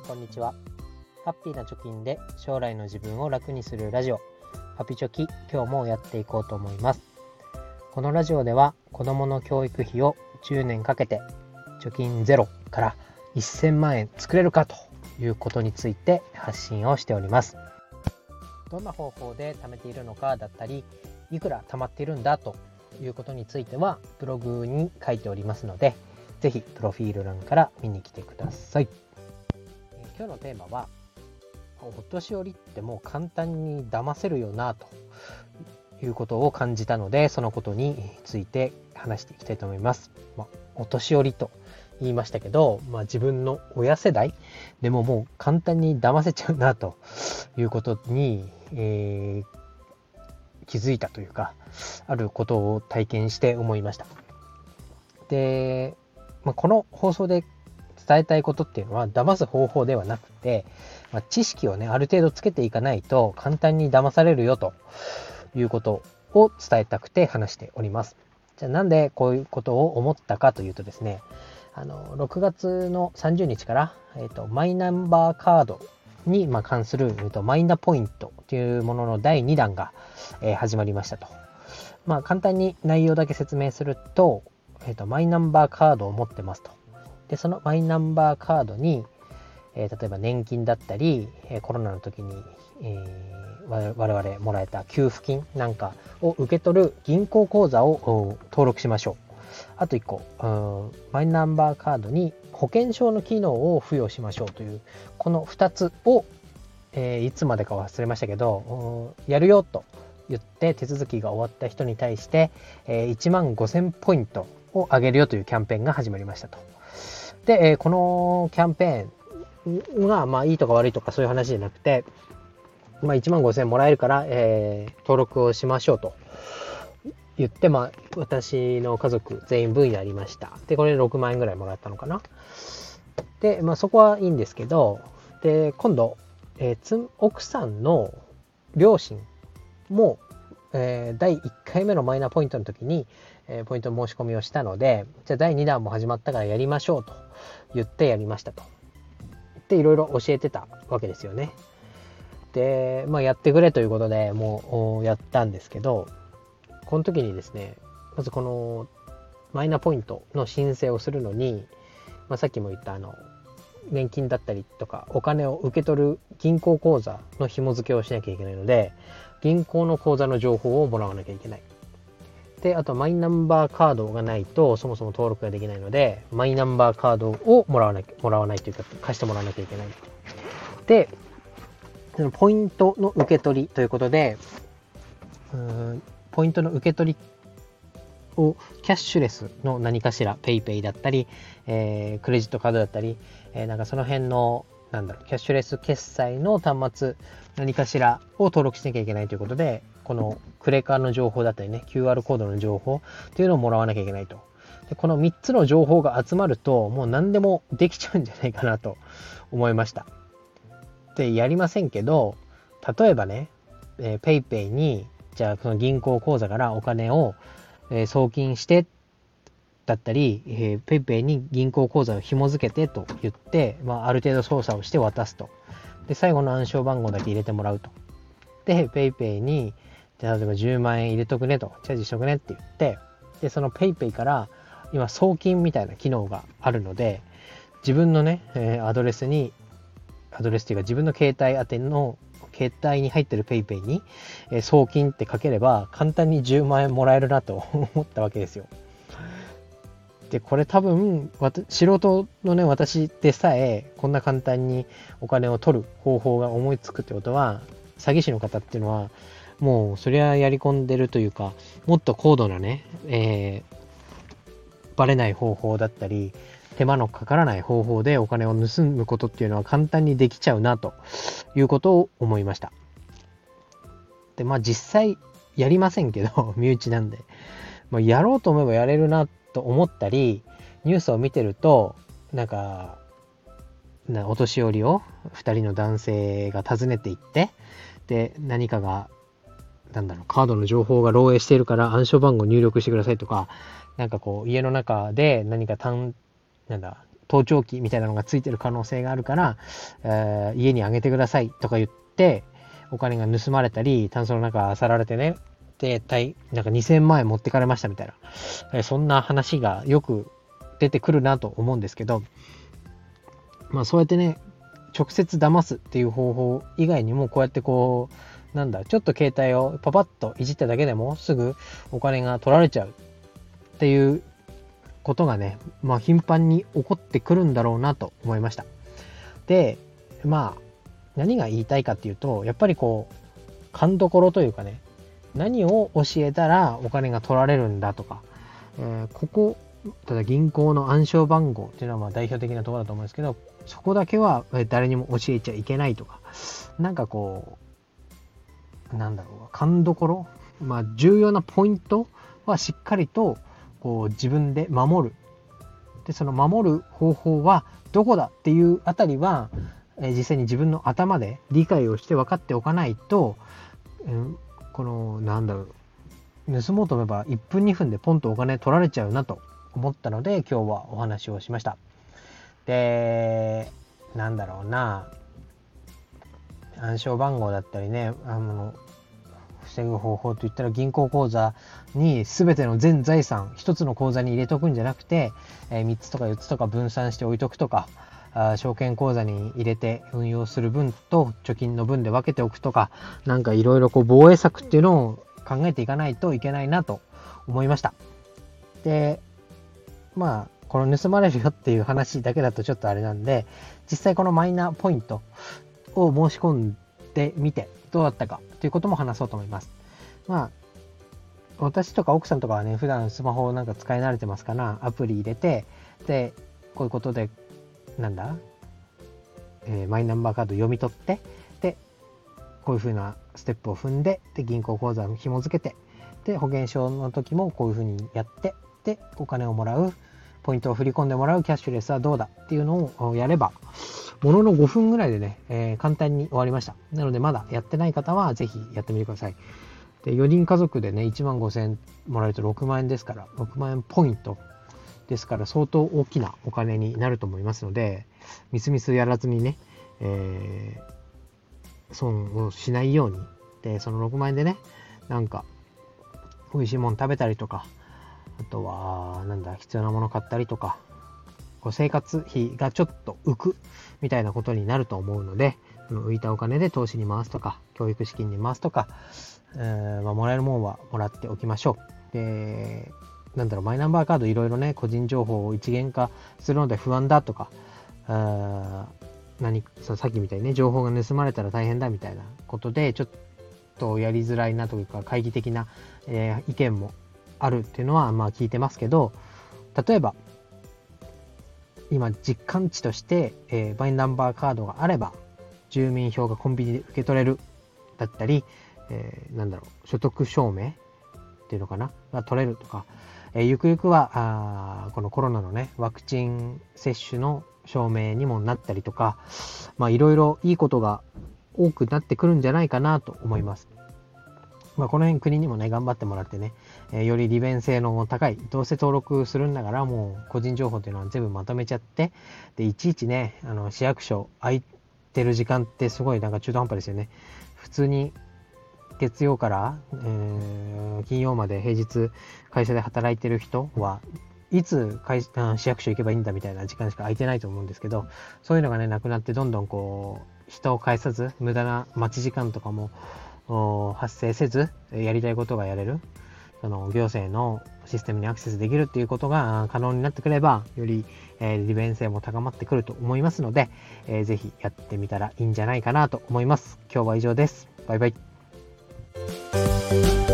こんにちは。ハッピーな貯金で将来の自分を楽にするラジオ、ハピチョキ、今日もやっていこうと思います。このラジオでは子どもの教育費を10年かけて貯金ゼロから1000万円作れるかということについて発信をしております。どんな方法で貯めているのかだったり、いくら貯まっているんだということについてはブログに書いておりますので、ぜひプロフィール欄から見に来てください。今日のテーマは、お年寄りってもう簡単に騙せるよなということを感じたので、そのことについて話していきたいと思います。お年寄りと言いましたけど、自分の親世代でももう簡単に騙せちゃうなということに、気づいたというか、あることを体験して思いました。で、この放送で伝えたいことっていうのは騙す方法ではなくて、知識をねある程度つけていかないと簡単に騙されるよということを伝えたくて話しております。じゃあなんでこういうことを思ったかというとですね、6月の30日から、マイナンバーカードに関する、マイナポイントというものの第2弾が、始まりましたと。簡単に内容だけ説明すると、マイナンバーカードを持ってますと。でそのマイナンバーカードに、例えば年金だったり、コロナの時に、我々もらえた給付金なんかを受け取る銀行口座を登録しましょう。あと1個、マイナンバーカードに保険証の機能を付与しましょうという、この2つを、いつまでか忘れましたけどやるよと言って手続きが終わった人に対して、15,000ポイントをあげるよというキャンペーンが始まりましたと。で、このキャンペーンがいいとか悪いとかそういう話じゃなくて、15,000もらえるから、登録をしましょうと言って、私の家族全員分やりました。でこれで6万円ぐらいもらったのかな。で、そこはいいんですけど、で今度、奥さんの両親も、第1回目のマイナポイントの時に、ポイント申し込みをしたので、じゃあ第2弾も始まったからやりましょうと言ってやりましたと。でいろいろ教えてたわけですよね。で、やってくれということでもうやったんですけど、この時にですね、まずこのマイナポイントの申請をするのに、さっきも言った年金だったりとかお金を受け取る銀行口座の紐付けをしなきゃいけないので、銀行の口座の情報をもらわなきゃいけない。であとマイナンバーカードがないとそもそも登録ができないので、マイナンバーカードをもらわないというか貸してもらわなきゃいけない。でそのポイントの受け取りということで、ポイントの受け取りをキャッシュレスの何かしら、ペイペイだったり、クレジットカードだったり、なんかその辺のキャッシュレス決済の端末何かしらを登録しなきゃいけないということで、このクレカの情報だったりね、 QR コードの情報っていうのをもらわなきゃいけないと。でこの3つの情報が集まるともう何でもできちゃうんじゃないかなと思いました。でやりませんけど、例えばね、ペイペイにじゃあその銀行口座からお金を、送金してだったり、ペイペイに銀行口座を紐付けてと言って、ある程度操作をして渡すと。で最後の暗証番号だけ入れてもらうと。でペイペイにじゃあ例えば10万円入れとくねと、チャージしとくねって言って、でそのペイペイから今送金みたいな機能があるので、自分のね、アドレスっていうか自分の携帯宛ての携帯に入ってるペイペイに、送金って書ければ簡単に10万円もらえるなと思ったわけですよ。でこれ多分素人のね私でさえこんな簡単にお金を取る方法が思いつくってことは、詐欺師の方っていうのはもうそりゃやり込んでるというか、もっと高度なね、バレない方法だったり手間のかからない方法でお金を盗むことっていうのは簡単にできちゃうなということを思いました。で実際やりませんけど身内なんで、やろうと思えばやれるなと思ったり、ニュースを見てるとお年寄りを2人の男性が訪ねていって、で何かがカードの情報が漏洩しているから暗証番号入力してくださいとか、家の中で何か盗聴器みたいなのがついてる可能性があるから、家にあげてくださいとか言ってお金が盗まれたり、タンスの中漁られてね、でなんか2000万円持ってかれましたみたいな、そんな話がよく出てくるなと思うんですけど、まあそうやってね、直接騙すっていう方法以外にも、こうやってこうちょっと携帯をパパッといじっただけでもすぐお金が取られちゃうっていうことがね、まあ頻繁に起こってくるんだろうなと思いました。で、まあ何が言いたいかっていうと、やっぱりこう勘どころというかね、何を教えたらお金が取られるんだとか、ただ銀行の暗証番号っていうのはまあ代表的なところだと思うんですけど、そこだけは誰にも教えちゃいけないとか、なんかこう勘どころ、まあ重要なポイントはしっかりとこう自分で守る。で、その守る方法はどこだっていうあたりは、実際に自分の頭で理解をして分かっておかないと、この盗もうと思えば1分2分でポンとお金取られちゃうなと思ったので、今日はお話をしました。で、暗証番号だったりね、防ぐ方法といったら、銀行口座に全ての全財産一つの口座に入れとくんじゃなくて、3つとか4つとか分散して置いとくとか、証券口座に入れて運用する分と貯金の分で分けておくとか、なんかいろいろ防衛策っていうのを考えていかないといけないなと思いました。で、まあこの盗まれるよっていう話だけだとちょっとあれなんで、実際このマイナポイントを申し込んでみてどうだったかということも話そうと思います。まあ私とか奥さんとかはね、普段スマホをなんか使い慣れてますから、アプリ入れて、でこういうことでマイナンバーカード読み取って、でこういう風なステップを踏んで、で銀行口座を紐付けて、で保険証の時もこういう風にやって、でお金をもらう、ポイントを振り込んでもらうキャッシュレスはどうだっていうのをやれば、ものの5分ぐらいでね、簡単に終わりました。なのでまだやってない方はぜひやってみてください。で4人家族でね、15,000円もらえると6万円ですから、6万円ポイントですから、相当大きなお金になると思いますので、みすみすやらずにね、損をしないように、でその6万円でね、なんか美味しいもの食べたりとか、あとは必要なもの買ったりとか、生活費がちょっと浮くみたいなことになると思うので、浮いたお金で投資に回すとか、教育資金に回すとか、もらえるものはもらっておきましょう。で、マイナンバーカードいろいろね、個人情報を一元化するので不安だとか、さっきみたいにね、情報が盗まれたら大変だみたいなことで、ちょっとやりづらいなというか、懐疑的な、意見もあるっていうのは聞いてますけど、例えば今実感値として、マイナンバーカードがあれば住民票がコンビニで受け取れるだったり、所得証明っていうのかなが取れるとか、ゆくゆくはこのコロナのね、ワクチン接種の証明にもなったりとか、いろいろいいことが多くなってくるんじゃないかなと思います。この辺国にもね、頑張ってもらってね、より利便性の高い、どうせ登録するんだからもう個人情報っていうのは全部まとめちゃって、でいちいちね、市役所空いてる時間ってすごい中途半端ですよね。普通に月曜から、金曜まで平日会社で働いてる人はいつ市役所行けばいいんだみたいな時間しか空いてないと思うんですけど、そういうのがね、なくなって、どんどんこう人を介さず無駄な待ち時間とかも発生せず、やりたいことがやれる、その行政のシステムにアクセスできるっていうことが可能になってくれば、より、利便性も高まってくると思いますので、ぜひやってみたらいいんじゃないかなと思います。今日は以上です。バイバイ。